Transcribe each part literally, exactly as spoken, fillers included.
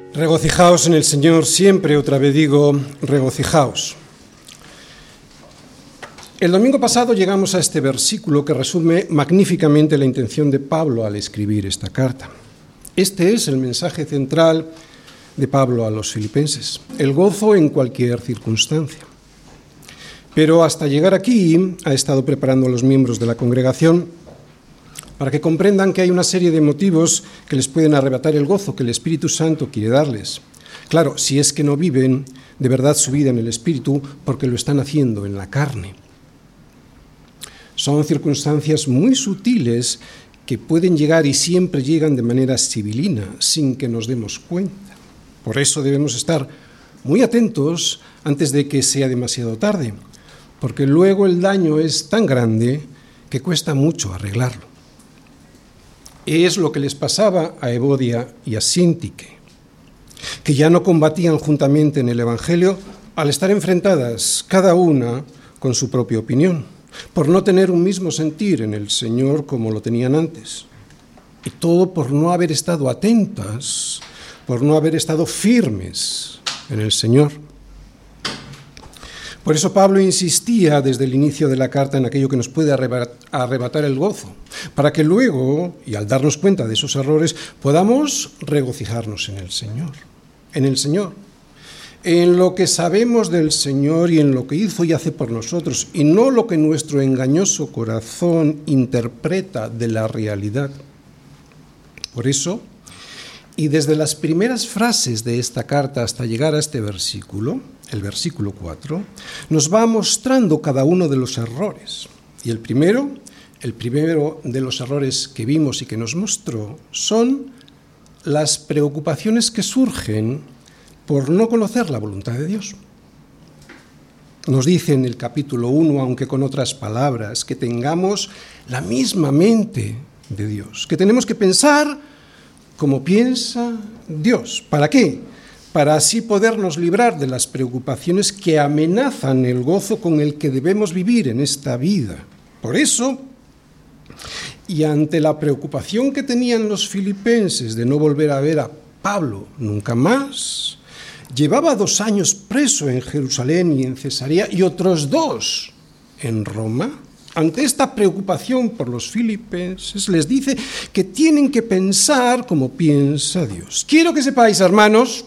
Regocijaos en el Señor siempre, otra vez digo, regocijaos. El domingo pasado llegamos a este versículo que resume magníficamente la intención de Pablo al escribir esta carta. Este es el mensaje central de Pablo a los filipenses, el gozo en cualquier circunstancia. Pero hasta llegar aquí ha estado preparando a los miembros de la congregación para que comprendan que hay una serie de motivos que les pueden arrebatar el gozo que el Espíritu Santo quiere darles. Claro, si es que no viven de verdad su vida en el Espíritu porque lo están haciendo en la carne. Son circunstancias muy sutiles que pueden llegar y siempre llegan de manera sibilina, sin que nos demos cuenta. Por eso debemos estar muy atentos antes de que sea demasiado tarde, porque luego el daño es tan grande que cuesta mucho arreglarlo. Es lo que les pasaba a Evodia y a Síntique, que ya no combatían juntamente en el Evangelio al estar enfrentadas cada una con su propia opinión, por no tener un mismo sentir en el Señor como lo tenían antes. Y todo por no haber estado atentas, por no haber estado firmes en el Señor. Por eso Pablo insistía desde el inicio de la carta en aquello que nos puede arrebatar el gozo, para que luego, y al darnos cuenta de esos errores, podamos regocijarnos en el Señor, en el Señor, en lo que sabemos del Señor y en lo que hizo y hace por nosotros, y no lo que nuestro engañoso corazón interpreta de la realidad. Por eso, y desde las primeras frases de esta carta hasta llegar a este versículo, el versículo cuatro, nos va mostrando cada uno de los errores. Y el primero, el primero de los errores que vimos y que nos mostró son las preocupaciones que surgen por no conocer la voluntad de Dios. Nos dice en el capítulo uno, aunque con otras palabras, que tengamos la misma mente de Dios, que tenemos que pensar como piensa Dios. ¿Para qué? Para así podernos librar de las preocupaciones que amenazan el gozo con el que debemos vivir en esta vida. Por eso, y ante la preocupación que tenían los filipenses de no volver a ver a Pablo nunca más, llevaba dos años preso en Jerusalén y en Cesarea y otros dos en Roma. Ante esta preocupación por los filipenses, les dice que tienen que pensar como piensa Dios. Quiero que sepáis, hermanos,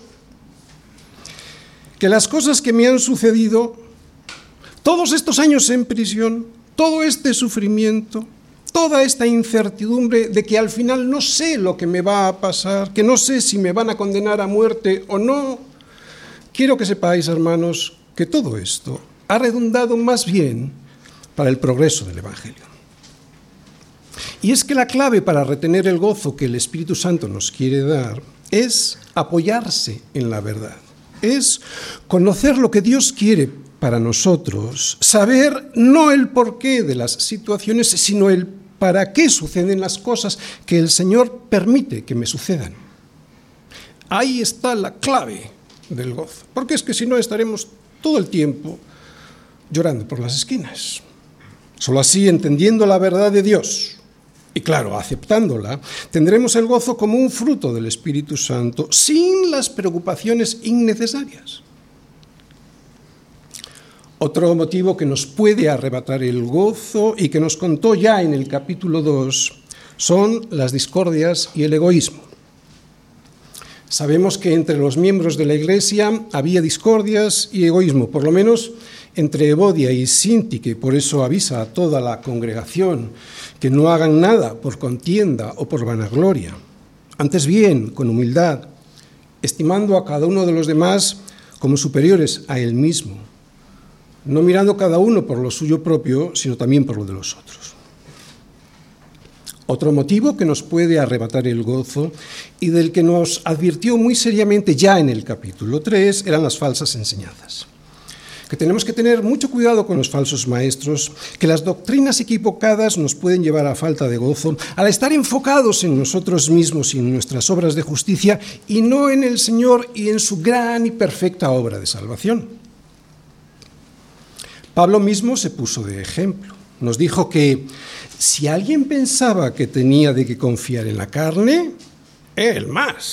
que las cosas que me han sucedido, todos estos años en prisión, todo este sufrimiento, toda esta incertidumbre de que al final no sé lo que me va a pasar, que no sé si me van a condenar a muerte o no, quiero que sepáis, hermanos, que todo esto ha redundado más bien para el progreso del Evangelio. Y es que la clave para retener el gozo que el Espíritu Santo nos quiere dar es apoyarse en la verdad. Es conocer lo que Dios quiere para nosotros, saber no el porqué de las situaciones, sino el para qué suceden las cosas que el Señor permite que me sucedan. Ahí está la clave del gozo, porque es que si no estaremos todo el tiempo llorando por las esquinas. Solo así, entendiendo la verdad de Dios, y claro, aceptándola, tendremos el gozo como un fruto del Espíritu Santo, sin las preocupaciones innecesarias. Otro motivo que nos puede arrebatar el gozo y que nos contó ya en el capítulo dos son las discordias y el egoísmo. Sabemos que entre los miembros de la Iglesia había discordias y egoísmo, por lo menos entre Evodia y Síntique, por eso avisa a toda la congregación que no hagan nada por contienda o por vanagloria. Antes bien, con humildad, estimando a cada uno de los demás como superiores a él mismo, no mirando cada uno por lo suyo propio, sino también por lo de los otros. Otro motivo que nos puede arrebatar el gozo y del que nos advirtió muy seriamente ya en el capítulo tres eran las falsas enseñanzas. Que tenemos que tener mucho cuidado con los falsos maestros, que las doctrinas equivocadas nos pueden llevar a falta de gozo al estar enfocados en nosotros mismos y en nuestras obras de justicia y no en el Señor y en su gran y perfecta obra de salvación. Pablo mismo se puso de ejemplo. Nos dijo que si alguien pensaba que tenía de qué confiar en la carne, él más.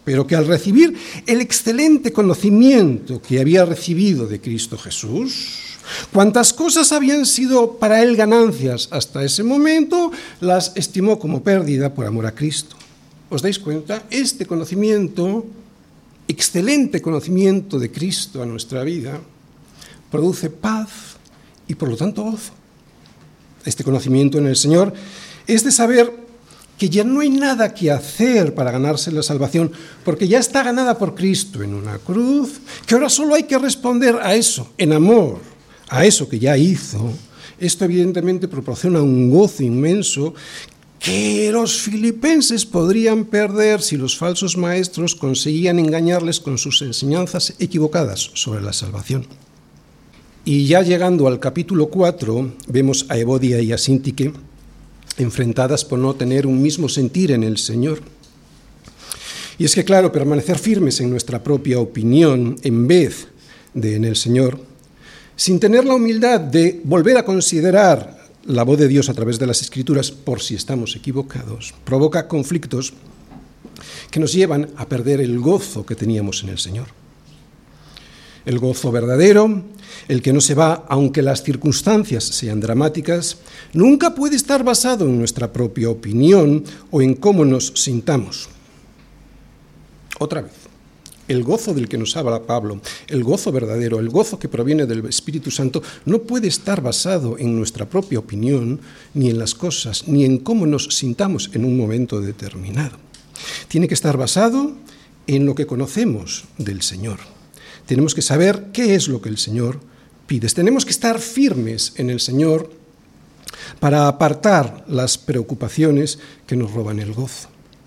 pero que al recibir el excelente conocimiento que había recibido de Cristo Jesús, cuantas cosas habían sido para él ganancias hasta ese momento, las estimó como pérdida por amor a Cristo. ¿Os dais cuenta? Este conocimiento, excelente conocimiento de Cristo a nuestra vida, produce paz y por lo tanto gozo. Este conocimiento en el Señor es de saber que ya no hay nada que hacer para ganarse la salvación, porque ya está ganada por Cristo en una cruz, que ahora solo hay que responder a eso, en amor, a eso que ya hizo. Esto evidentemente proporciona un gozo inmenso que los filipenses podrían perder si los falsos maestros conseguían engañarles con sus enseñanzas equivocadas sobre la salvación. Y ya llegando al capítulo cuatro, vemos a Evodia y a Síntique enfrentadas por no tener un mismo sentir en el Señor. Y es que, claro, permanecer firmes en nuestra propia opinión en vez de en el Señor, sin tener la humildad de volver a considerar la voz de Dios a través de las Escrituras por si estamos equivocados, provoca conflictos que nos llevan a perder el gozo que teníamos en el Señor. El gozo verdadero, el que no se va aunque las circunstancias sean dramáticas, nunca puede estar basado en nuestra propia opinión o en cómo nos sintamos. Otra vez, el gozo del que nos habla Pablo, el gozo verdadero, el gozo que proviene del Espíritu Santo, no puede estar basado en nuestra propia opinión, ni en las cosas, ni en cómo nos sintamos en un momento determinado. Tiene que estar basado en lo que conocemos del Señor. Tenemos que saber qué es lo que el Señor pide. Tenemos que estar firmes en el Señor para apartar las preocupaciones que nos roban el gozo.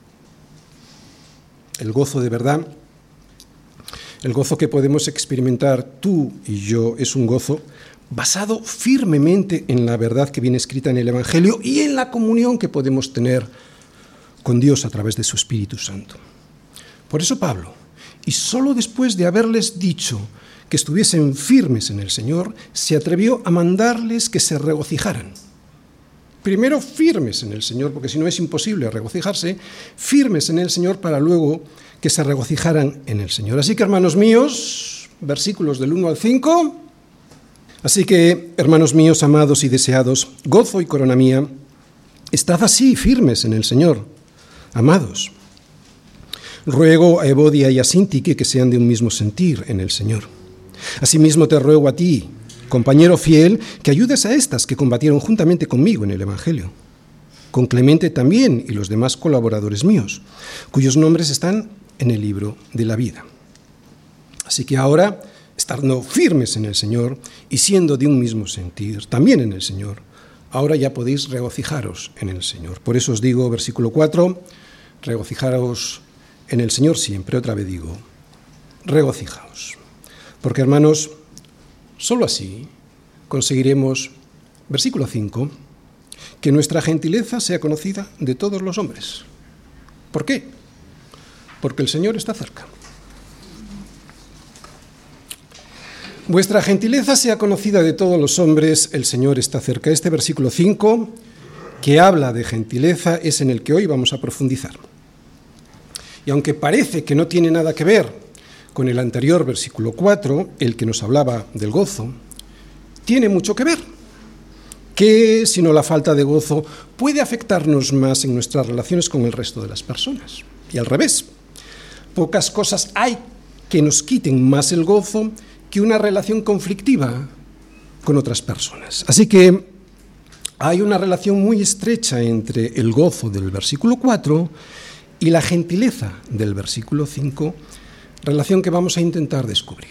El gozo de verdad, el gozo que podemos experimentar tú y yo, es un gozo basado firmemente en la verdad que viene escrita en el Evangelio y en la comunión que podemos tener con Dios a través de su Espíritu Santo. Por eso Pablo, y solo después de haberles dicho que estuviesen firmes en el Señor, se atrevió a mandarles que se regocijaran. Primero firmes en el Señor, porque si no es imposible regocijarse, firmes en el Señor para luego que se regocijaran en el Señor. Así que, hermanos míos, versículos del uno al cinco, así que, hermanos míos, amados y deseados, gozo y corona mía, estad así firmes en el Señor, amados. Ruego a Evodia y a Síntique que sean de un mismo sentir en el Señor. Asimismo te ruego a ti, compañero fiel, que ayudes a estas que combatieron juntamente conmigo en el Evangelio, con Clemente también y los demás colaboradores míos, cuyos nombres están en el libro de la vida. Así que ahora, estando firmes en el Señor y siendo de un mismo sentir, también en el Señor, ahora ya podéis regocijaros en el Señor. Por eso os digo, versículo cuatro, regocijaros en el Señor siempre. Otra vez digo, regocijaos. Porque, hermanos, solo así conseguiremos, versículo cinco, que nuestra gentileza sea conocida de todos los hombres. ¿Por qué? Porque el Señor está cerca. Vuestra gentileza sea conocida de todos los hombres, el Señor está cerca. Este versículo cinco, que habla de gentileza, es en el que hoy vamos a profundizar. Y aunque parece que no tiene nada que ver con el anterior versículo cuatro, el que nos hablaba del gozo, tiene mucho que ver. ¿Qué, sino la falta de gozo, puede afectarnos más en nuestras relaciones con el resto de las personas? Y al revés, pocas cosas hay que nos quiten más el gozo que una relación conflictiva con otras personas. Así que hay una relación muy estrecha entre el gozo del versículo cuatro y la gentileza del versículo cinco, relación que vamos a intentar descubrir.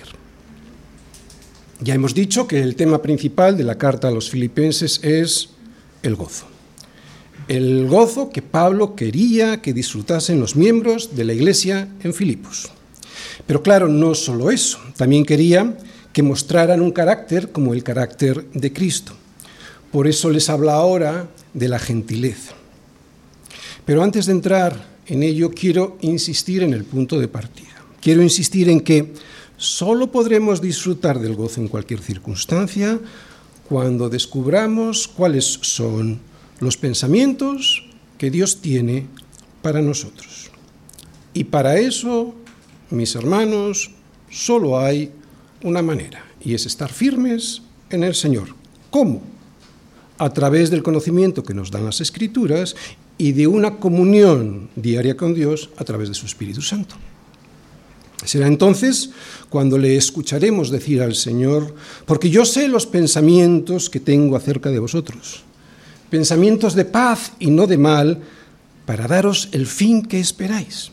Ya hemos dicho que el tema principal de la carta a los filipenses es el gozo. El gozo que Pablo quería que disfrutasen los miembros de la iglesia en Filipos. Pero claro, no solo eso, también quería que mostraran un carácter como el carácter de Cristo. Por eso les habla ahora de la gentileza. Pero antes de entrar en ello, quiero insistir en el punto de partida. Quiero insistir en que solo podremos disfrutar del gozo en cualquier circunstancia cuando descubramos cuáles son los pensamientos que Dios tiene para nosotros. Y para eso, mis hermanos, solo hay una manera, y es estar firmes en el Señor. ¿Cómo? A través del conocimiento que nos dan las Escrituras y de una comunión diaria con Dios a través de su Espíritu Santo. Será entonces cuando le escucharemos decir al Señor, porque yo sé los pensamientos que tengo acerca de vosotros, pensamientos de paz y no de mal, para daros el fin que esperáis.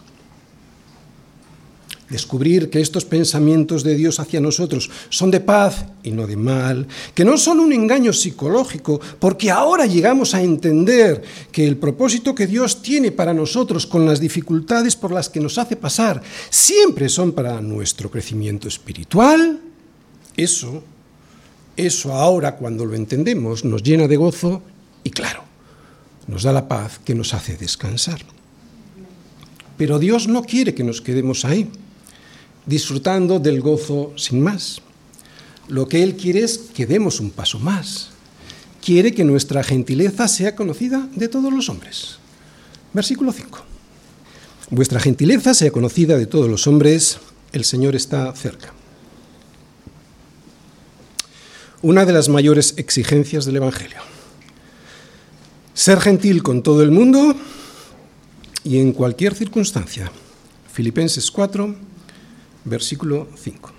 Descubrir que estos pensamientos de Dios hacia nosotros son de paz y no de mal, que no son un engaño psicológico, porque ahora llegamos a entender que el propósito que Dios tiene para nosotros con las dificultades por las que nos hace pasar siempre son para nuestro crecimiento espiritual. Eso, eso ahora cuando lo entendemos nos llena de gozo y claro, nos da la paz que nos hace descansar. Pero Dios no quiere que nos quedemos ahí, disfrutando del gozo sin más. Lo que Él quiere es que demos un paso más. Quiere que nuestra gentileza sea conocida de todos los hombres. Versículo cinco. Vuestra gentileza sea conocida de todos los hombres, el Señor está cerca. Una de las mayores exigencias del Evangelio. Ser gentil con todo el mundo y en cualquier circunstancia. Filipenses cuatro, versículo cinco.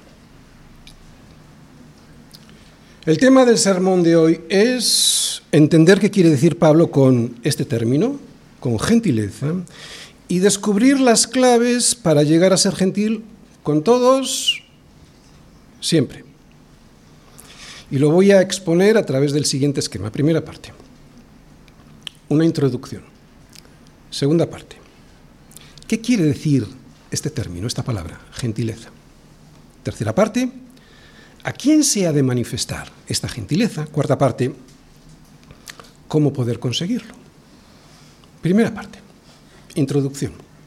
El tema del sermón de hoy es entender qué quiere decir Pablo con este término, con gentileza, y descubrir las claves para llegar a ser gentil con todos siempre. Y lo voy a exponer a través del siguiente esquema. Primera parte, una introducción. Segunda parte, ¿qué quiere decir este término, esta palabra, gentileza? Tercera parte, ¿a quién se ha de manifestar esta gentileza? Cuarta parte, ¿cómo poder conseguirlo? Primera parte, introducción.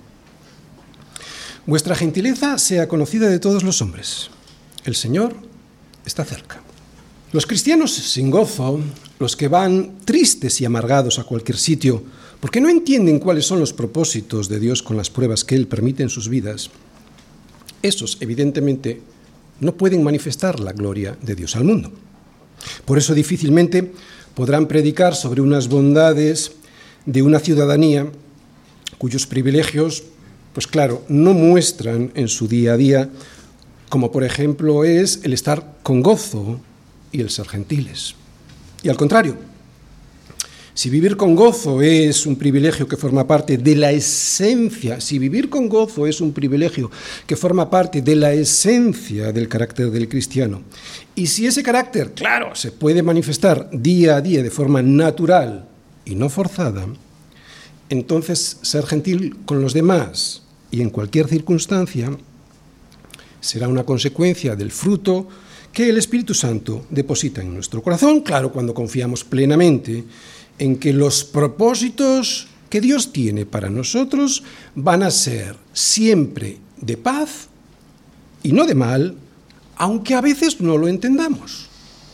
Vuestra gentileza sea conocida de todos los hombres. El Señor está cerca. Los cristianos sin gozo, los que van tristes y amargados a cualquier sitio, porque no entienden cuáles son los propósitos de Dios con las pruebas que Él permite en sus vidas, esos, evidentemente, no pueden manifestar la gloria de Dios al mundo. Por eso difícilmente podrán predicar sobre unas bondades de una ciudadanía cuyos privilegios, pues claro, no muestran en su día a día, como por ejemplo es el estar con gozo y el ser gentiles. Y al contrario, si vivir con gozo es un privilegio que forma parte de la esencia, si vivir con gozo es un privilegio que forma parte de la esencia del carácter del cristiano, y si ese carácter, claro, se puede manifestar día a día de forma natural y no forzada, entonces ser gentil con los demás y en cualquier circunstancia será una consecuencia del fruto que el Espíritu Santo deposita en nuestro corazón, claro, cuando confiamos plenamente en que los propósitos que Dios tiene para nosotros van a ser siempre de paz y no de mal, aunque a veces no lo entendamos.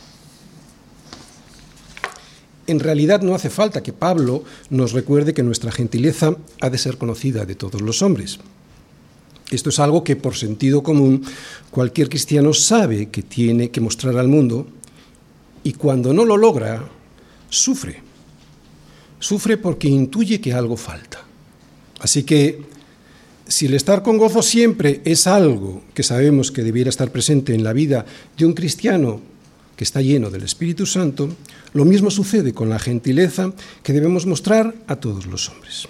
En realidad no hace falta que Pablo nos recuerde que nuestra gentileza ha de ser conocida de todos los hombres. Esto es algo que por sentido común cualquier cristiano sabe que tiene que mostrar al mundo, y cuando no lo logra, sufre. Sufre porque intuye que algo falta. Así que, si el estar con gozo siempre es algo que sabemos que debiera estar presente en la vida de un cristiano que está lleno del Espíritu Santo, lo mismo sucede con la gentileza que debemos mostrar a todos los hombres.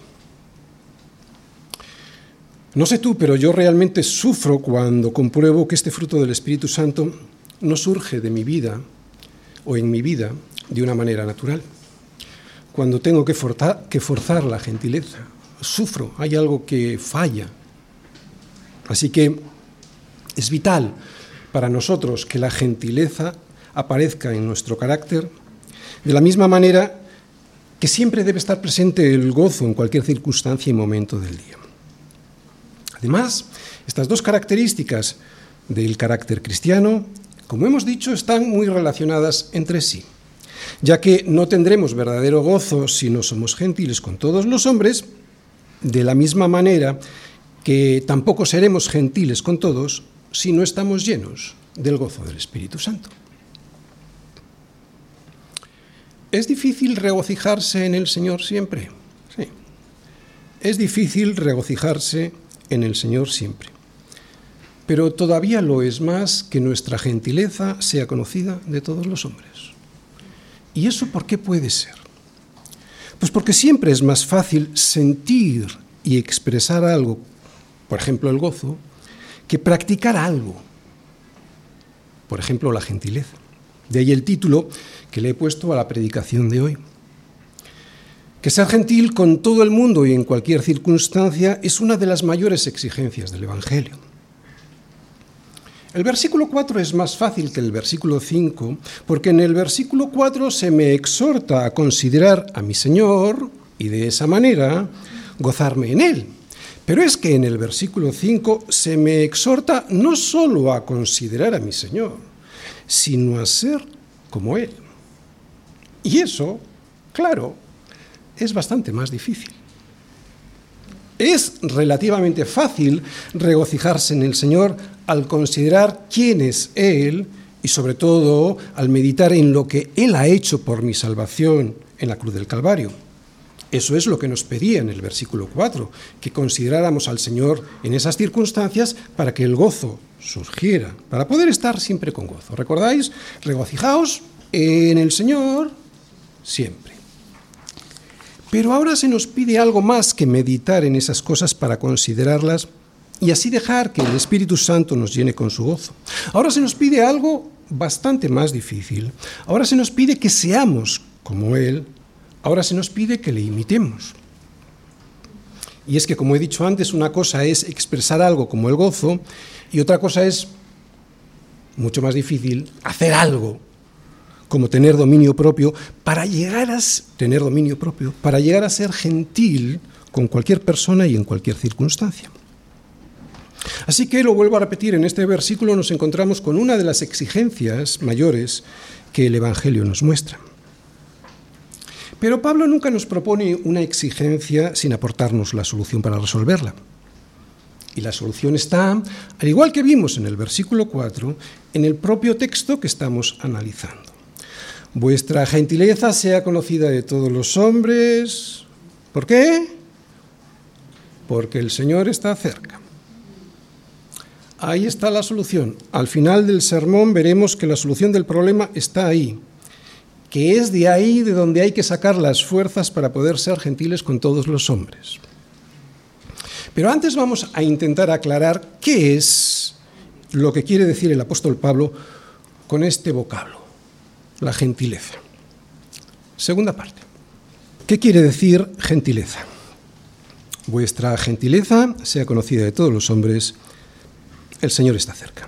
No sé tú, pero yo realmente sufro cuando compruebo que este fruto del Espíritu Santo no surge de mi vida o en mi vida de una manera natural. Cuando tengo que forzar, que forzar la gentileza, sufro, hay algo que falla. Así que es vital para nosotros que la gentileza aparezca en nuestro carácter, de la misma manera que siempre debe estar presente el gozo en cualquier circunstancia y momento del día. Además, estas dos características del carácter cristiano, como hemos dicho, están muy relacionadas entre sí, ya que no tendremos verdadero gozo si no somos gentiles con todos los hombres, de la misma manera que tampoco seremos gentiles con todos si no estamos llenos del gozo del Espíritu Santo. ¿Es difícil regocijarse en el Señor siempre? Sí. Es difícil regocijarse en el Señor siempre. Pero todavía lo es más que nuestra gentileza sea conocida de todos los hombres. ¿Y eso por qué puede ser? Pues porque siempre es más fácil sentir y expresar algo, por ejemplo el gozo, que practicar algo, por ejemplo la gentileza. De ahí el título que le he puesto a la predicación de hoy. Que ser gentil con todo el mundo y en cualquier circunstancia es una de las mayores exigencias del Evangelio. El versículo cuatro es más fácil que el versículo cinco, porque en el versículo cuatro se me exhorta a considerar a mi Señor y de esa manera gozarme en Él. Pero es que en el versículo cinco se me exhorta no solo a considerar a mi Señor, sino a ser como Él. Y eso, claro, es bastante más difícil. Es relativamente fácil regocijarse en el Señor al considerar quién es Él y sobre todo al meditar en lo que Él ha hecho por mi salvación en la cruz del Calvario. Eso es lo que nos pedía en el versículo cuatro, que consideráramos al Señor en esas circunstancias para que el gozo surgiera, para poder estar siempre con gozo. ¿Recordáis? Regocijaos en el Señor siempre. Pero ahora se nos pide algo más que meditar en esas cosas para considerarlas y así dejar que el Espíritu Santo nos llene con su gozo. Ahora se nos pide algo bastante más difícil. Ahora se nos pide que seamos como Él. Ahora se nos pide que le imitemos. Y es que, como he dicho antes, una cosa es expresar algo como el gozo y otra cosa es, mucho más difícil, hacer algo como tener dominio propio para llegar a tener dominio propio, para llegar a ser gentil con cualquier persona y en cualquier circunstancia. Así que, lo vuelvo a repetir, en este versículo nos encontramos con una de las exigencias mayores que el Evangelio nos muestra. Pero Pablo nunca nos propone una exigencia sin aportarnos la solución para resolverla. Y la solución está, al igual que vimos en el versículo cuatro, en el propio texto que estamos analizando. Vuestra gentileza sea conocida de todos los hombres. ¿Por qué? Porque el Señor está cerca. Ahí está la solución. Al final del sermón veremos que la solución del problema está ahí, que es de ahí de donde hay que sacar las fuerzas para poder ser gentiles con todos los hombres. Pero antes vamos a intentar aclarar qué es lo que quiere decir el apóstol Pablo con este vocablo, la gentileza. Segunda parte. ¿Qué quiere decir gentileza? Vuestra gentileza sea conocida de todos los hombres, el Señor está cerca.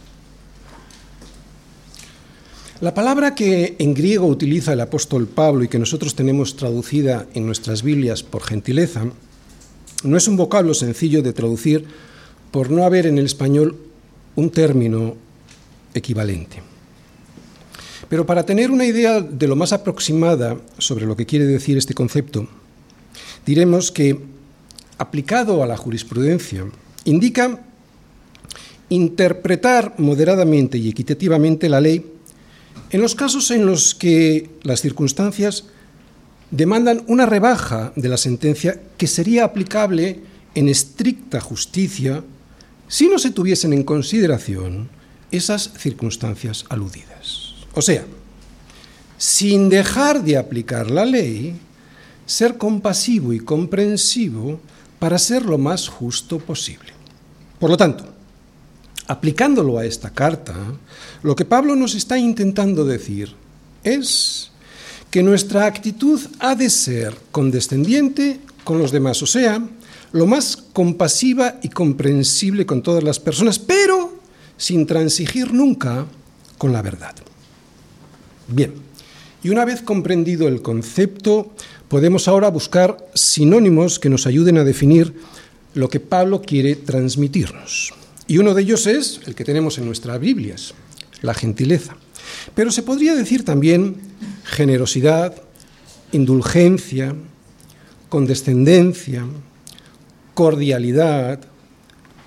La palabra que en griego utiliza el apóstol Pablo y que nosotros tenemos traducida en nuestras Biblias por gentileza, no es un vocablo sencillo de traducir por no haber en el español un término equivalente. Pero para tener una idea de lo más aproximada sobre lo que quiere decir este concepto, diremos que, aplicado a la jurisprudencia, indica interpretar moderadamente y equitativamente la ley en los casos en los que las circunstancias demandan una rebaja de la sentencia que sería aplicable en estricta justicia si no se tuviesen en consideración esas circunstancias aludidas. O sea, sin dejar de aplicar la ley, ser compasivo y comprensivo para ser lo más justo posible. Por lo tanto, aplicándolo a esta carta, lo que Pablo nos está intentando decir es que nuestra actitud ha de ser condescendiente con los demás, o sea, lo más compasiva y comprensible con todas las personas, pero sin transigir nunca con la verdad. Bien, y una vez comprendido el concepto, podemos ahora buscar sinónimos que nos ayuden a definir lo que Pablo quiere transmitirnos. Y uno de ellos es el que tenemos en nuestras Biblias, la gentileza. Pero se podría decir también generosidad, indulgencia, condescendencia, cordialidad,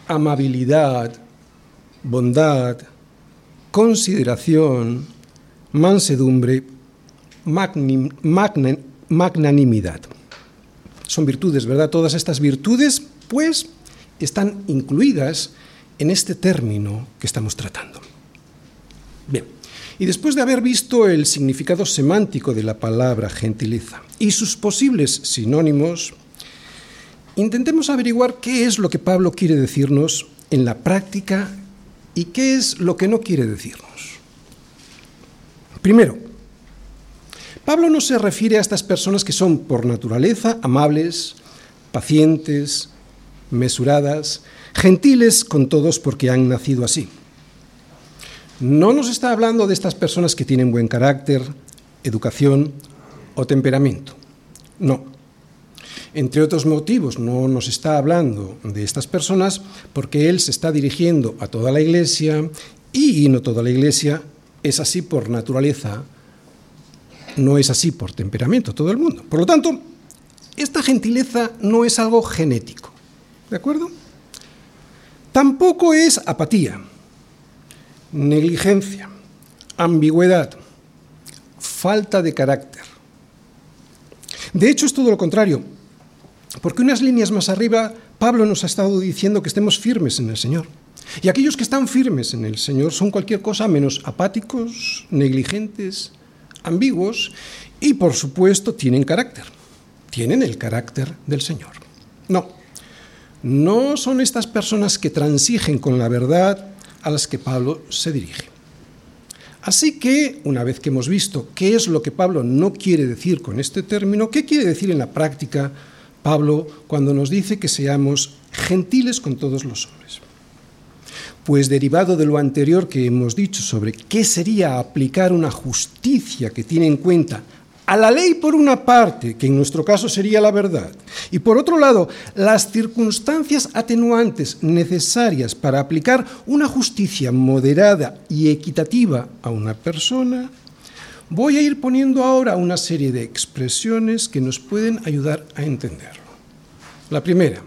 amabilidad, bondad, consideración, mansedumbre, magnim, magna, magnanimidad. Son virtudes, ¿verdad? Todas estas virtudes, pues, están incluidas en este término que estamos tratando. Bien, y después de haber visto el significado semántico de la palabra gentileza y sus posibles sinónimos, intentemos averiguar qué es lo que Pablo quiere decirnos en la práctica y qué es lo que no quiere decirnos. Primero, Pablo no se refiere a estas personas que son por naturaleza amables, pacientes, mesuradas, gentiles con todos porque han nacido así. No nos está hablando de estas personas que tienen buen carácter, educación o temperamento. No. Entre otros motivos, no nos está hablando de estas personas porque él se está dirigiendo a toda la Iglesia y no toda la Iglesia es así por naturaleza, no es así por temperamento, todo el mundo. Por lo tanto, esta gentileza no es algo genético, ¿de acuerdo? Tampoco es apatía, negligencia, ambigüedad, falta de carácter. De hecho, es todo lo contrario, porque unas líneas más arriba, Pablo nos ha estado diciendo que estemos firmes en el Señor. Y aquellos que están firmes en el Señor son cualquier cosa menos apáticos, negligentes, ambiguos y, por supuesto, tienen carácter. Tienen el carácter del Señor. No, no son estas personas que transigen con la verdad a las que Pablo se dirige. Así que, una vez que hemos visto qué es lo que Pablo no quiere decir con este término, ¿qué quiere decir en la práctica Pablo cuando nos dice que seamos gentiles con todos los hombres? Pues derivado de lo anterior que hemos dicho sobre qué sería aplicar una justicia que tiene en cuenta a la ley por una parte, que en nuestro caso sería la verdad, y por otro lado, las circunstancias atenuantes necesarias para aplicar una justicia moderada y equitativa a una persona, voy a ir poniendo ahora una serie de expresiones que nos pueden ayudar a entenderlo. La primera,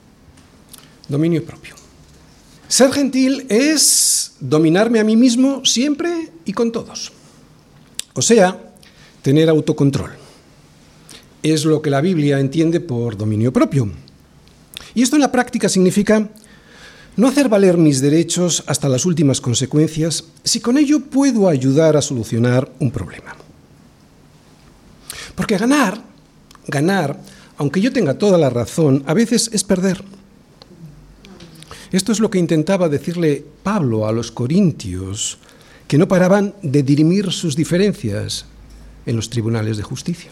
dominio propio. Ser gentil es dominarme a mí mismo siempre y con todos. O sea, tener autocontrol. Es lo que la Biblia entiende por dominio propio. Y esto en la práctica significa no hacer valer mis derechos hasta las últimas consecuencias si con ello puedo ayudar a solucionar un problema. Porque ganar, ganar, aunque yo tenga toda la razón, a veces es perder. Esto es lo que intentaba decirle Pablo a los corintios, que no paraban de dirimir sus diferencias en los tribunales de justicia.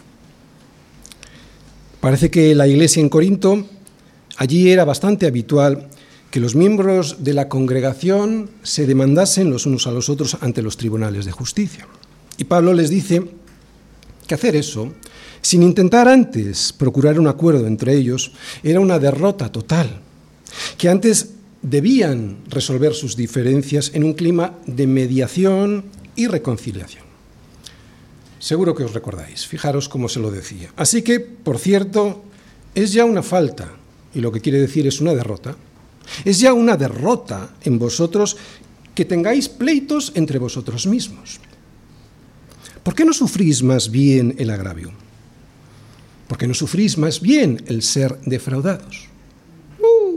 Parece que la iglesia en Corinto, allí era bastante habitual que los miembros de la congregación se demandasen los unos a los otros ante los tribunales de justicia. Y Pablo les dice que hacer eso, sin intentar antes procurar un acuerdo entre ellos, era una derrota total, que antes debían resolver sus diferencias en un clima de mediación y reconciliación. Seguro que os recordáis, fijaros cómo se lo decía. Así que, por cierto, es ya una falta, y lo que quiere decir es una derrota, es ya una derrota en vosotros que tengáis pleitos entre vosotros mismos. ¿Por qué no sufrís más bien el agravio? ¿Por qué no sufrís más bien el ser defraudados? Uh.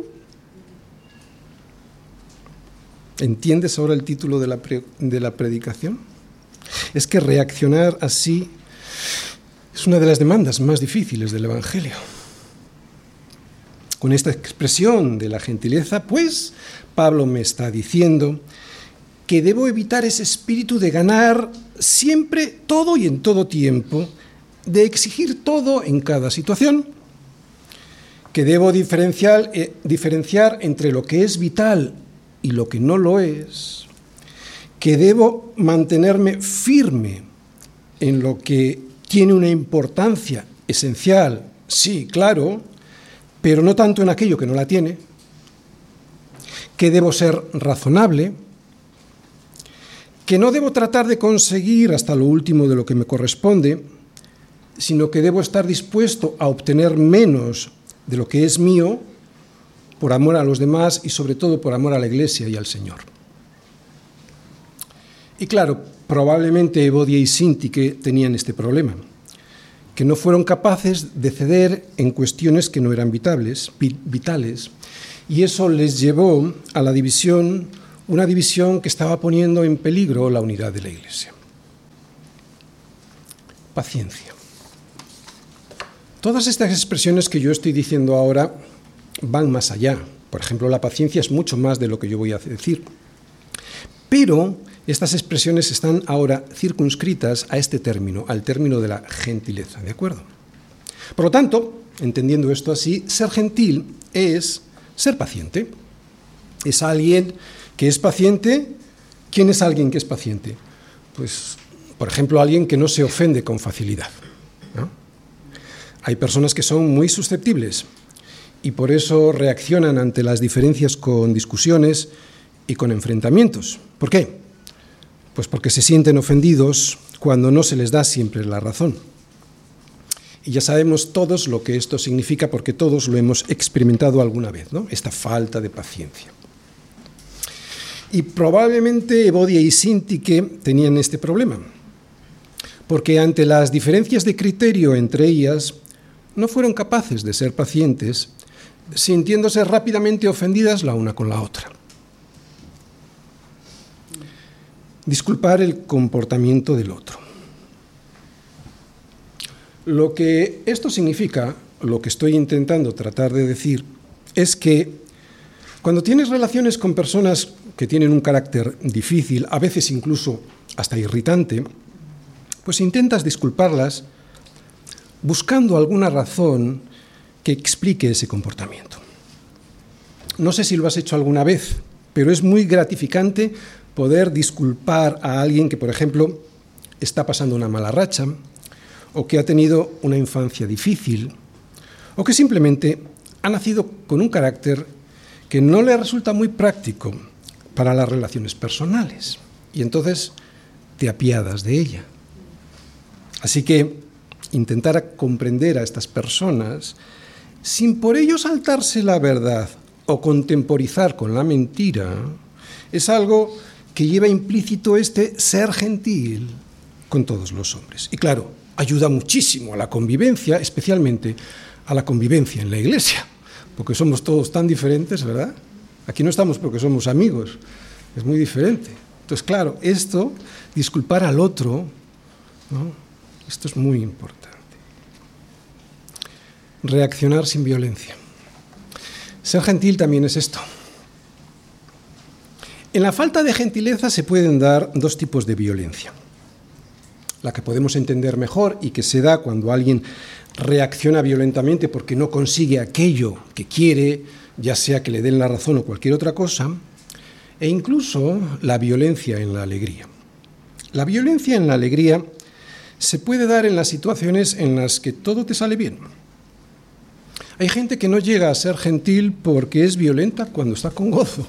¿Entiendes ahora el título de la, pre- de la predicación? Es que reaccionar así es una de las demandas más difíciles del Evangelio. Con esta expresión de la gentileza, pues, Pablo me está diciendo que debo evitar ese espíritu de ganar siempre todo y en todo tiempo, de exigir todo en cada situación, que debo diferenciar, eh, diferenciar entre lo que es vital y lo que no lo es, que debo mantenerme firme en lo que tiene una importancia esencial, sí, claro, pero no tanto en aquello que no la tiene, que debo ser razonable, que no debo tratar de conseguir hasta lo último de lo que me corresponde, sino que debo estar dispuesto a obtener menos de lo que es mío por amor a los demás y sobre todo por amor a la Iglesia y al Señor. Y claro, probablemente Evodia y Síntique tenían este problema, que no fueron capaces de ceder en cuestiones que no eran vitales, vitales, y eso les llevó a la división, una división que estaba poniendo en peligro la unidad de la Iglesia. Paciencia. Todas estas expresiones que yo estoy diciendo ahora van más allá. Por ejemplo, la paciencia es mucho más de lo que yo voy a decir. Pero estas expresiones están ahora circunscritas a este término, al término de la gentileza, ¿de acuerdo? Por lo tanto, entendiendo esto así, ser gentil es ser paciente. Es alguien que es paciente. ¿Quién es alguien que es paciente? Pues, por ejemplo, alguien que no se ofende con facilidad, ¿no? Hay personas que son muy susceptibles y por eso reaccionan ante las diferencias con discusiones y con enfrentamientos. ¿Por qué? Pues porque se sienten ofendidos cuando no se les da siempre la razón. Y ya sabemos todos lo que esto significa porque todos lo hemos experimentado alguna vez, ¿no? Esta falta de paciencia. Y probablemente Evodia y Síntique tenían este problema, porque ante las diferencias de criterio entre ellas, no fueron capaces de ser pacientes, sintiéndose rápidamente ofendidas la una con la otra. Disculpar el comportamiento del otro. Lo que esto significa, lo que estoy intentando tratar de decir, es que cuando tienes relaciones con personas que tienen un carácter difícil, a veces incluso hasta irritante, pues intentas disculparlas buscando alguna razón que explique ese comportamiento. No sé si lo has hecho alguna vez, pero es muy gratificante poder disculpar a alguien que, por ejemplo, está pasando una mala racha, o que ha tenido una infancia difícil, o que simplemente ha nacido con un carácter que no le resulta muy práctico para las relaciones personales, y entonces te apiadas de ella. Así que intentar comprender a estas personas sin por ello saltarse la verdad o contemporizar con la mentira es algo que lleva implícito este ser gentil con todos los hombres. Y claro, ayuda muchísimo a la convivencia, especialmente a la convivencia en la Iglesia, porque somos todos tan diferentes, ¿verdad? Aquí no estamos porque somos amigos, es muy diferente. Entonces, claro, esto, disculpar al otro, ¿no? Esto es muy importante. Reaccionar sin violencia. Ser gentil también es esto. En la falta de gentileza se pueden dar dos tipos de violencia. La que podemos entender mejor y que se da cuando alguien reacciona violentamente porque no consigue aquello que quiere, ya sea que le den la razón o cualquier otra cosa, e incluso la violencia en la alegría. La violencia en la alegría se puede dar en las situaciones en las que todo te sale bien. Hay gente que no llega a ser gentil porque es violenta cuando está con gozo.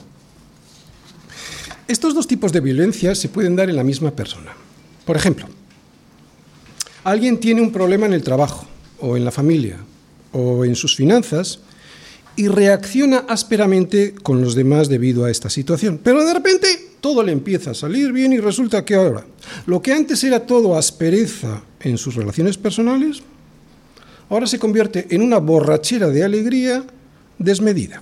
Estos dos tipos de violencia se pueden dar en la misma persona. Por ejemplo, alguien tiene un problema en el trabajo, o en la familia, o en sus finanzas, y reacciona ásperamente con los demás debido a esta situación. Pero de repente todo le empieza a salir bien y resulta que ahora, lo que antes era todo aspereza en sus relaciones personales, ahora se convierte en una borrachera de alegría desmedida.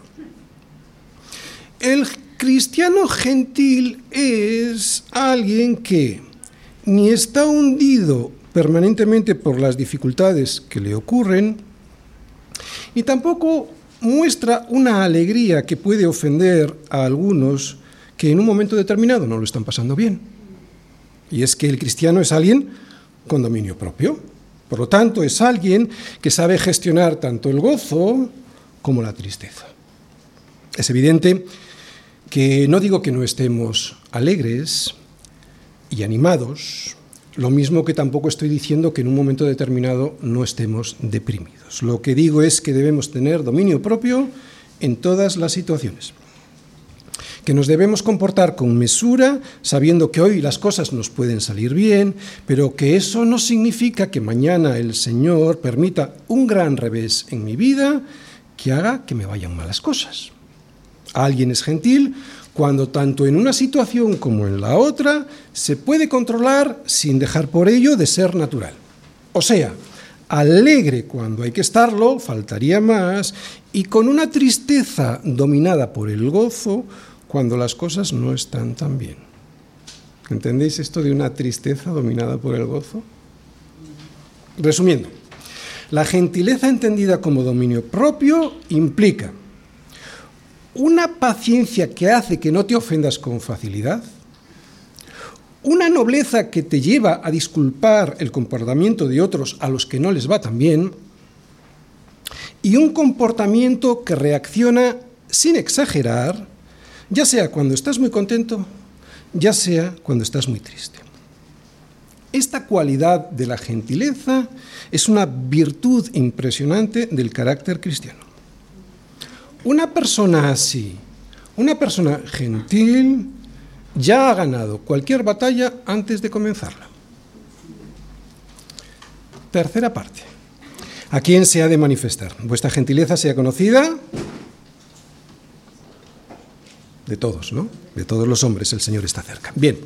El cristiano gentil es alguien que ni está hundido permanentemente por las dificultades que le ocurren, ni tampoco muestra una alegría que puede ofender a algunos que en un momento determinado no lo están pasando bien. Y es que el cristiano es alguien con dominio propio. Por lo tanto, es alguien que sabe gestionar tanto el gozo como la tristeza. Es evidente que no digo que no estemos alegres y animados, lo mismo que tampoco estoy diciendo que en un momento determinado no estemos deprimidos. Lo que digo es que debemos tener dominio propio en todas las situaciones, que nos debemos comportar con mesura, sabiendo que hoy las cosas nos pueden salir bien, pero que eso no significa que mañana el Señor permita un gran revés en mi vida que haga que me vayan mal las cosas. Alguien es gentil cuando tanto en una situación como en la otra se puede controlar sin dejar por ello de ser natural. O sea, alegre cuando hay que estarlo, faltaría más, y con una tristeza dominada por el gozo cuando las cosas no están tan bien. ¿Entendéis esto de una tristeza dominada por el gozo? Resumiendo, la gentileza entendida como dominio propio implica una paciencia que hace que no te ofendas con facilidad, una nobleza que te lleva a disculpar el comportamiento de otros a los que no les va tan bien, y un comportamiento que reacciona sin exagerar, ya sea cuando estás muy contento, ya sea cuando estás muy triste. Esta cualidad de la gentileza es una virtud impresionante del carácter cristiano. Una persona así, una persona gentil, ya ha ganado cualquier batalla antes de comenzarla. Tercera parte. ¿A quién se ha de manifestar? Vuestra gentileza sea conocida de todos, ¿no? De todos los hombres, el Señor está cerca. Bien.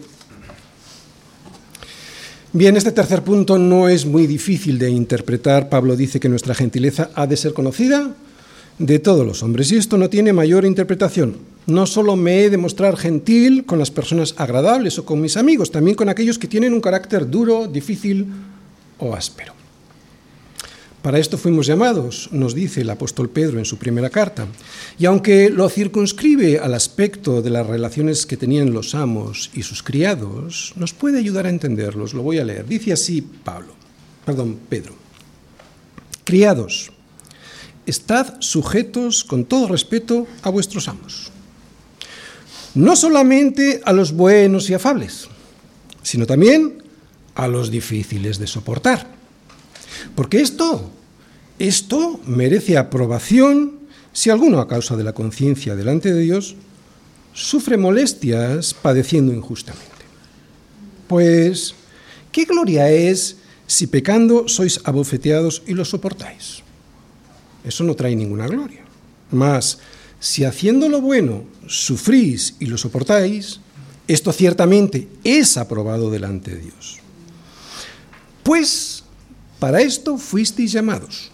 Bien, este tercer punto no es muy difícil de interpretar. Pablo dice que nuestra gentileza ha de ser conocida de todos los hombres. Y esto no tiene mayor interpretación. No solo me he de mostrar gentil con las personas agradables o con mis amigos, también con aquellos que tienen un carácter duro, difícil o áspero. Para esto fuimos llamados, nos dice el apóstol Pedro en su primera carta. Y aunque lo circunscribe al aspecto de las relaciones que tenían los amos y sus criados, nos puede ayudar a entenderlos. Lo voy a leer. Dice así Pablo, perdón, Pedro. Criados, estad sujetos con todo respeto a vuestros amos. No solamente a los buenos y afables, sino también a los difíciles de soportar. Porque esto, esto merece aprobación si alguno, a causa de la conciencia delante de Dios, sufre molestias padeciendo injustamente. Pues, ¿qué gloria es si pecando sois abofeteados y lo soportáis? Eso no trae ninguna gloria. Mas, si haciendo lo bueno sufrís y lo soportáis, esto ciertamente es aprobado delante de Dios. Pues, para esto fuisteis llamados.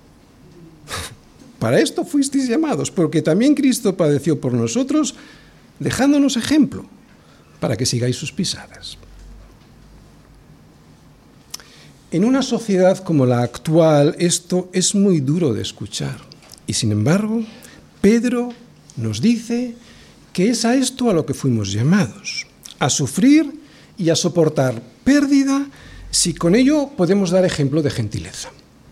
Para esto fuisteis llamados, porque también Cristo padeció por nosotros, dejándonos ejemplo, para que sigáis sus pisadas. En una sociedad como la actual, esto es muy duro de escuchar. Y sin embargo, Pedro nos dice que es a esto a lo que fuimos llamados, a sufrir y a soportar pérdida, si con ello podemos dar ejemplo de gentileza.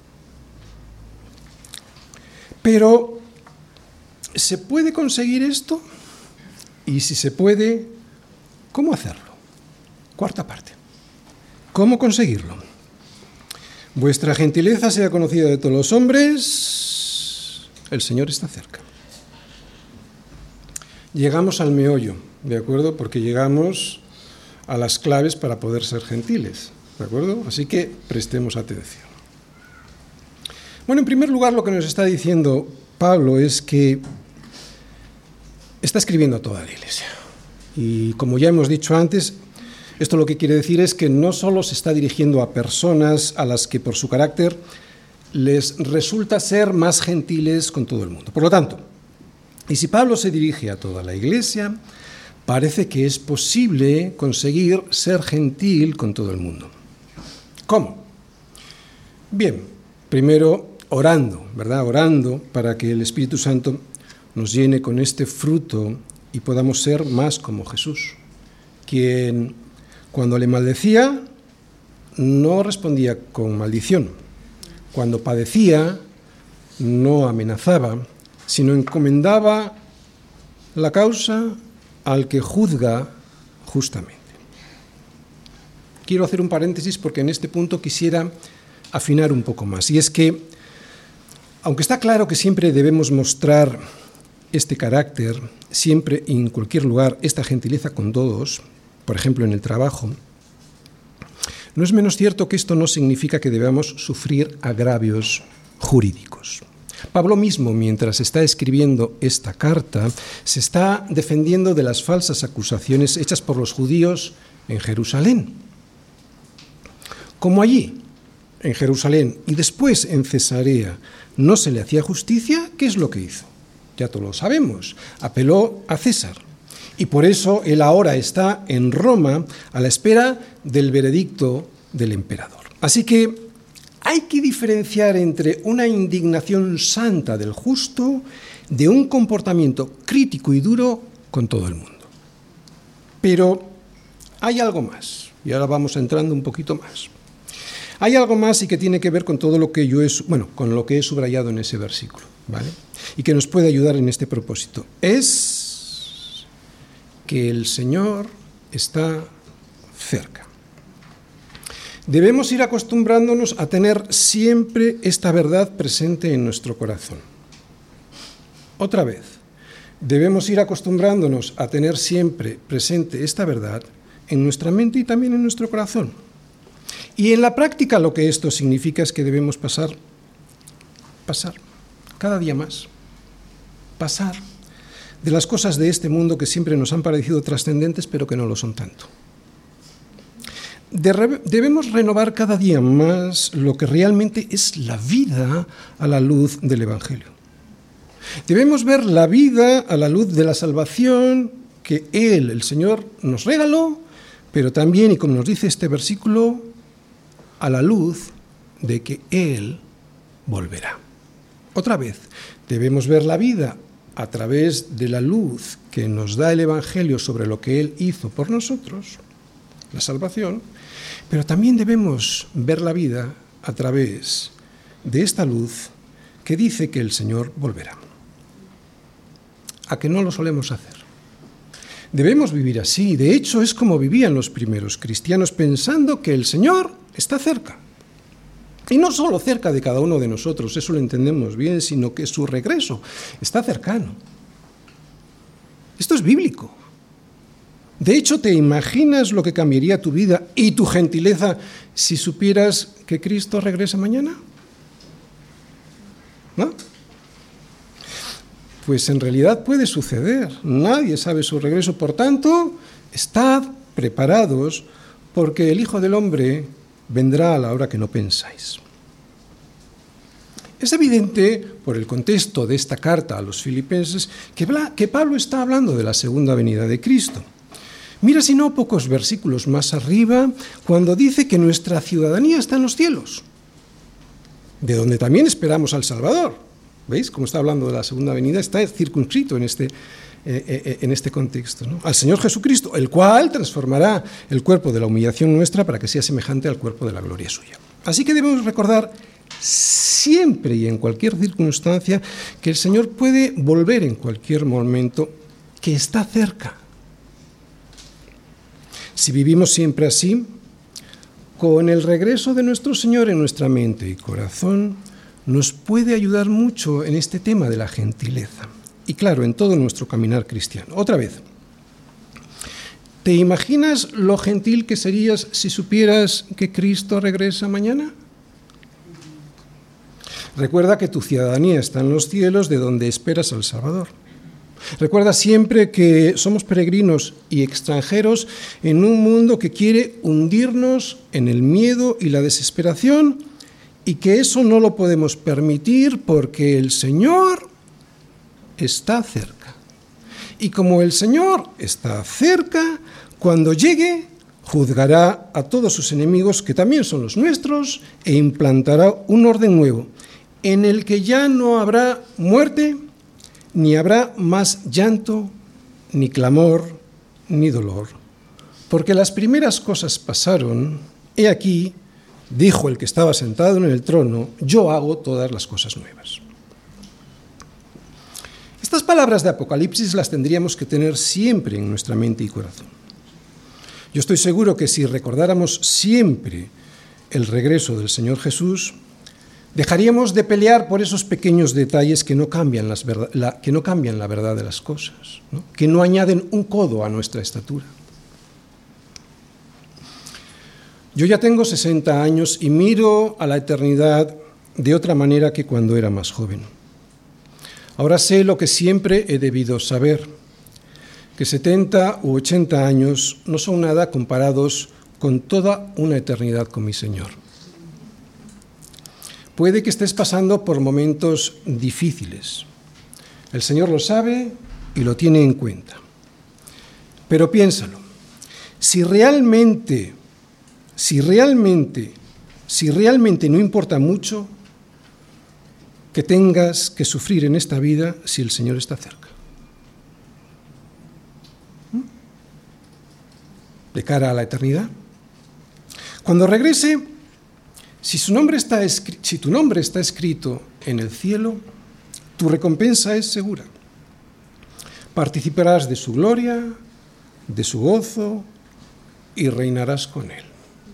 Pero, ¿se puede conseguir esto? Y si se puede, ¿cómo hacerlo? Cuarta parte. ¿Cómo conseguirlo? Vuestra gentileza sea conocida de todos los hombres, el Señor está cerca. Llegamos al meollo, ¿de acuerdo? Porque llegamos a las claves para poder ser gentiles. ¿De acuerdo? Así que prestemos atención. Bueno, en primer lugar, lo que nos está diciendo Pablo es que está escribiendo a toda la Iglesia. Y como ya hemos dicho antes, esto lo que quiere decir es que no solo se está dirigiendo a personas a las que por su carácter les resulta ser más gentiles con todo el mundo. Por lo tanto, y si Pablo se dirige a toda la Iglesia, parece que es posible conseguir ser gentil con todo el mundo. ¿Cómo? Bien, primero orando, ¿verdad? Orando para que el Espíritu Santo nos llene con este fruto y podamos ser más como Jesús, quien cuando le maldecía no respondía con maldición, cuando padecía no amenazaba, sino encomendaba la causa al que juzga justamente. Quiero hacer un paréntesis porque en este punto quisiera afinar un poco más. Y es que, aunque está claro que siempre debemos mostrar este carácter, siempre y en cualquier lugar, esta gentileza con todos, por ejemplo en el trabajo, no es menos cierto que esto no significa que debamos sufrir agravios jurídicos. Pablo mismo, mientras está escribiendo esta carta, se está defendiendo de las falsas acusaciones hechas por los judíos en Jerusalén. Como allí, en Jerusalén, y después en Cesarea, no se le hacía justicia, ¿qué es lo que hizo? Ya todos lo sabemos, apeló a César. Y por eso él ahora está en Roma a la espera del veredicto del emperador. Así que hay que diferenciar entre una indignación santa del justo de un comportamiento crítico y duro con todo el mundo. Pero hay algo más, y ahora vamos entrando un poquito más. Hay algo más y que tiene que ver con todo lo que yo he, bueno, con lo que he subrayado en ese versículo, ¿vale? Y que nos puede ayudar en este propósito. Es que el Señor está cerca. Debemos ir acostumbrándonos a tener siempre esta verdad presente en nuestro corazón. Otra vez, debemos ir acostumbrándonos a tener siempre presente esta verdad en nuestra mente y también en nuestro corazón. Y en la práctica lo que esto significa es que debemos pasar, pasar, cada día más, pasar de las cosas de este mundo que siempre nos han parecido trascendentes, pero que no lo son tanto. Debemos renovar cada día más lo que realmente es la vida a la luz del Evangelio. Debemos ver la vida a la luz de la salvación que Él, el Señor, nos regaló, pero también, y como nos dice este versículo, a la luz de que Él volverá. Otra vez, debemos ver la vida a través de la luz que nos da el Evangelio sobre lo que Él hizo por nosotros, la salvación, pero también debemos ver la vida a través de esta luz que dice que el Señor volverá. ¿A que no lo solemos hacer? Debemos vivir así. De hecho, es como vivían los primeros cristianos, pensando que el Señor está cerca. Y no solo cerca de cada uno de nosotros, eso lo entendemos bien, sino que su regreso está cercano. Esto es bíblico. De hecho, ¿te imaginas lo que cambiaría tu vida y tu gentileza si supieras que Cristo regresa mañana? ¿No? Pues en realidad puede suceder. Nadie sabe su regreso. Por tanto, estad preparados porque el Hijo del Hombre vendrá a la hora que no pensáis. Es evidente, por el contexto de esta carta a los filipenses, que, que Pablo está hablando de la segunda venida de Cristo. Mira, si no, pocos versículos más arriba, cuando dice que nuestra ciudadanía está en los cielos, de donde también esperamos al Salvador. ¿Veis? Como está hablando de la segunda venida, está circunscrito en este, eh, eh, en este contexto, ¿no? Al Señor Jesucristo, el cual transformará el cuerpo de la humillación nuestra para que sea semejante al cuerpo de la gloria suya. Así que debemos recordar siempre y en cualquier circunstancia que el Señor puede volver en cualquier momento, que está cerca. Si vivimos siempre así, con el regreso de nuestro Señor en nuestra mente y corazón, nos puede ayudar mucho en este tema de la gentileza. Y claro, en todo nuestro caminar cristiano. Otra vez, ¿te imaginas lo gentil que serías si supieras que Cristo regresa mañana? Recuerda que tu ciudadanía está en los cielos, de donde esperas al Salvador. Recuerda siempre que somos peregrinos y extranjeros en un mundo que quiere hundirnos en el miedo y la desesperación, y que eso no lo podemos permitir porque el Señor está cerca. Y como el Señor está cerca, cuando llegue, juzgará a todos sus enemigos, que también son los nuestros, e implantará un orden nuevo, en el que ya no habrá muerte, ni habrá más llanto, ni clamor, ni dolor. Porque las primeras cosas pasaron, he aquí, dijo el que estaba sentado en el trono, yo hago todas las cosas nuevas. Estas palabras de Apocalipsis las tendríamos que tener siempre en nuestra mente y corazón. Yo estoy seguro que si recordáramos siempre el regreso del Señor Jesús, dejaríamos de pelear por esos pequeños detalles que no cambian, las verdad, la, que no cambian la verdad de las cosas, ¿no? Que no añaden un codo a nuestra estatura. Yo ya tengo sesenta años y miro a la eternidad de otra manera que cuando era más joven. Ahora sé lo que siempre he debido saber, que setenta u ochenta años no son nada comparados con toda una eternidad con mi Señor. Puede que estés pasando por momentos difíciles. El Señor lo sabe y lo tiene en cuenta. Pero piénsalo, si realmente, si realmente, si realmente no importa mucho que tengas que sufrir en esta vida si el Señor está cerca. ¿Mm? De cara a la eternidad. Cuando regrese, si, su nombre está escri- si tu nombre está escrito en el cielo, tu recompensa es segura. Participarás de su gloria, de su gozo y reinarás con él.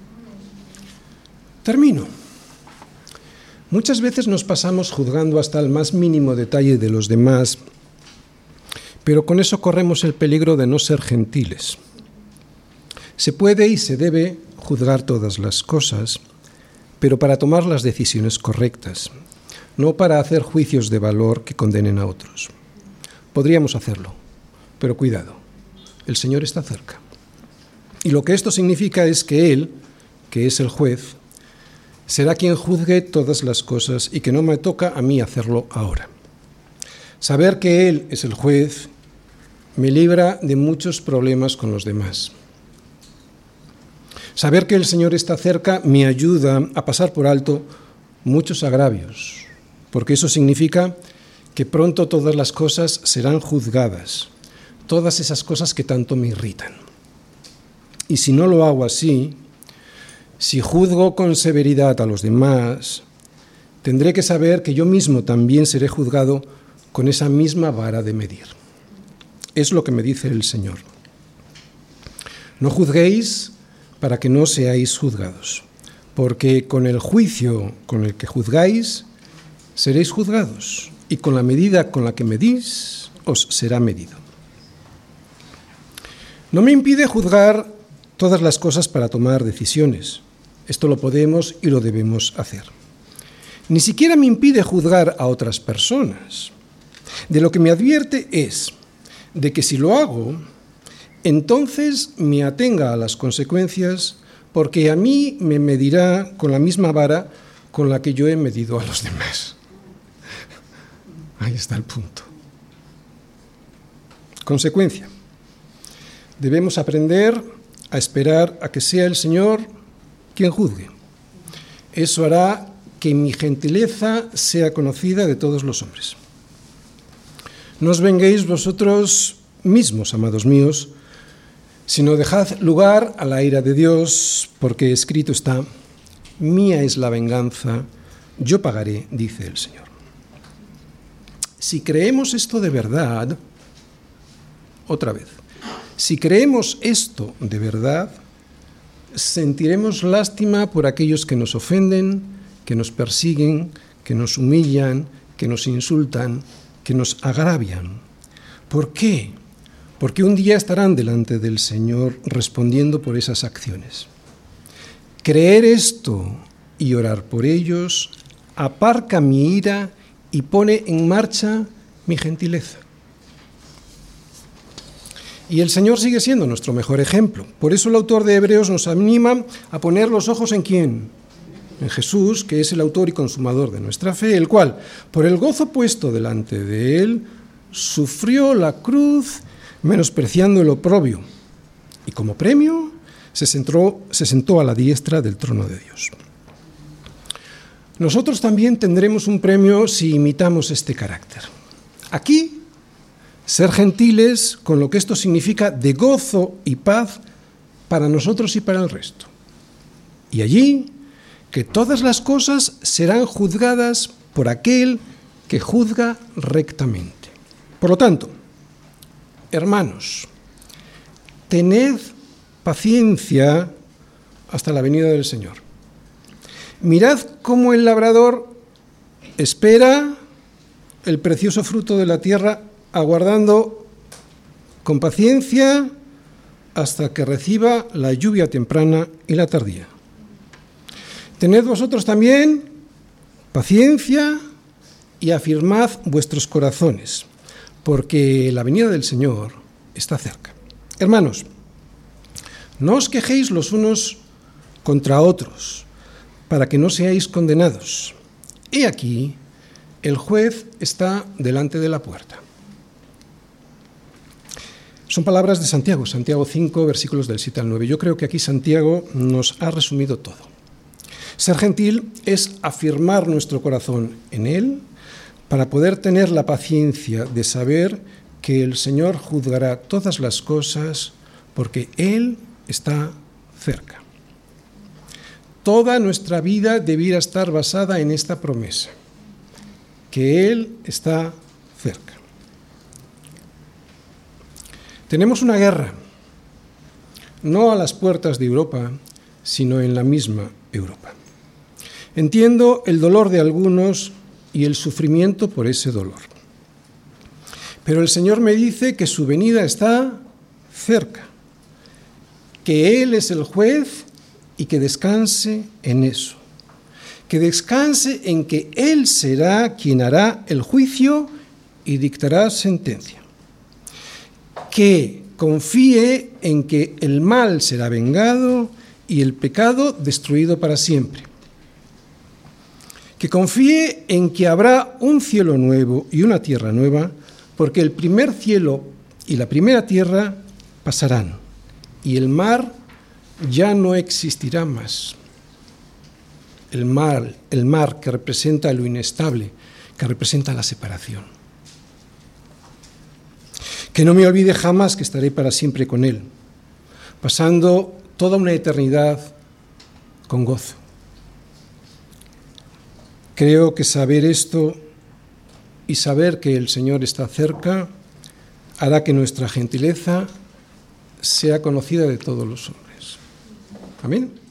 Termino. Muchas veces nos pasamos juzgando hasta el más mínimo detalle de los demás, pero con eso corremos el peligro de no ser gentiles. Se puede y se debe juzgar todas las cosas, pero para tomar las decisiones correctas, no para hacer juicios de valor que condenen a otros. Podríamos hacerlo, pero cuidado, el Señor está cerca. Y lo que esto significa es que Él, que es el juez, será quien juzgue todas las cosas y que no me toca a mí hacerlo ahora. Saber que Él es el juez me libra de muchos problemas con los demás. Saber que el Señor está cerca me ayuda a pasar por alto muchos agravios, porque eso significa que pronto todas las cosas serán juzgadas, todas esas cosas que tanto me irritan. Y si no lo hago así, si juzgo con severidad a los demás, tendré que saber que yo mismo también seré juzgado con esa misma vara de medir. Es lo que me dice el Señor. No juzguéis para que no seáis juzgados, porque con el juicio con el que juzgáis, seréis juzgados, y con la medida con la que medís, os será medido. No me impide juzgar todas las cosas para tomar decisiones. Esto lo podemos y lo debemos hacer. Ni siquiera me impide juzgar a otras personas. De lo que me advierte es de que si lo hago, entonces me atenga a las consecuencias, porque a mí me medirá con la misma vara con la que yo he medido a los demás. Ahí está el punto. Consecuencia. Debemos aprender a esperar a que sea el Señor quien juzgue. Eso hará que mi gentileza sea conocida de todos los hombres. No os venguéis vosotros mismos, amados míos, sino dejad lugar a la ira de Dios, porque escrito está: mía es la venganza, yo pagaré, dice el Señor. Si creemos esto de verdad, otra vez, si creemos esto de verdad, sentiremos lástima por aquellos que nos ofenden, que nos persiguen, que nos humillan, que nos insultan, que nos agravian. ¿Por qué? Porque un día estarán delante del Señor respondiendo por esas acciones. Creer esto y orar por ellos aparca mi ira y pone en marcha mi gentileza. Y el Señor sigue siendo nuestro mejor ejemplo. Por eso el autor de Hebreos nos anima a poner los ojos ¿en quién? En Jesús, que es el autor y consumador de nuestra fe, el cual, por el gozo puesto delante de él, sufrió la cruz, menospreciando el oprobio, y como premio se sentó, se sentó a la diestra del trono de Dios. Nosotros también tendremos un premio si imitamos este carácter. Aquí, ser gentiles con lo que esto significa de gozo y paz para nosotros y para el resto. Y allí, que todas las cosas serán juzgadas por aquel que juzga rectamente. Por lo tanto, hermanos, tened paciencia hasta la venida del Señor. Mirad cómo el labrador espera el precioso fruto de la tierra, aguardando con paciencia hasta que reciba la lluvia temprana y la tardía. Tened vosotros también paciencia y afirmad vuestros corazones, porque la venida del Señor está cerca. Hermanos, no os quejéis los unos contra otros, para que no seáis condenados. He aquí, el juez está delante de la puerta. Son palabras de Santiago, Santiago cinco, versículos del siete al nueve. Yo creo que aquí Santiago nos ha resumido todo. Ser gentil es afirmar nuestro corazón en Él para poder tener la paciencia de saber que el Señor juzgará todas las cosas porque Él está cerca. Toda nuestra vida debiera estar basada en esta promesa, que Él está cerca. Tenemos una guerra, no a las puertas de Europa, sino en la misma Europa. Entiendo el dolor de algunos y el sufrimiento por ese dolor. Pero el Señor me dice que su venida está cerca, que Él es el juez y que descanse en eso, que descanse en que Él será quien hará el juicio y dictará sentencia, que confíe en que el mal será vengado y el pecado destruido para siempre, que confíe en que habrá un cielo nuevo y una tierra nueva, porque el primer cielo y la primera tierra pasarán y el mar ya no existirá más. El mar, el mar que representa lo inestable, que representa la separación. Que no me olvide jamás que estaré para siempre con Él, pasando toda una eternidad con gozo. Creo que saber esto y saber que el Señor está cerca hará que nuestra gentileza sea conocida de todos los hombres. Amén.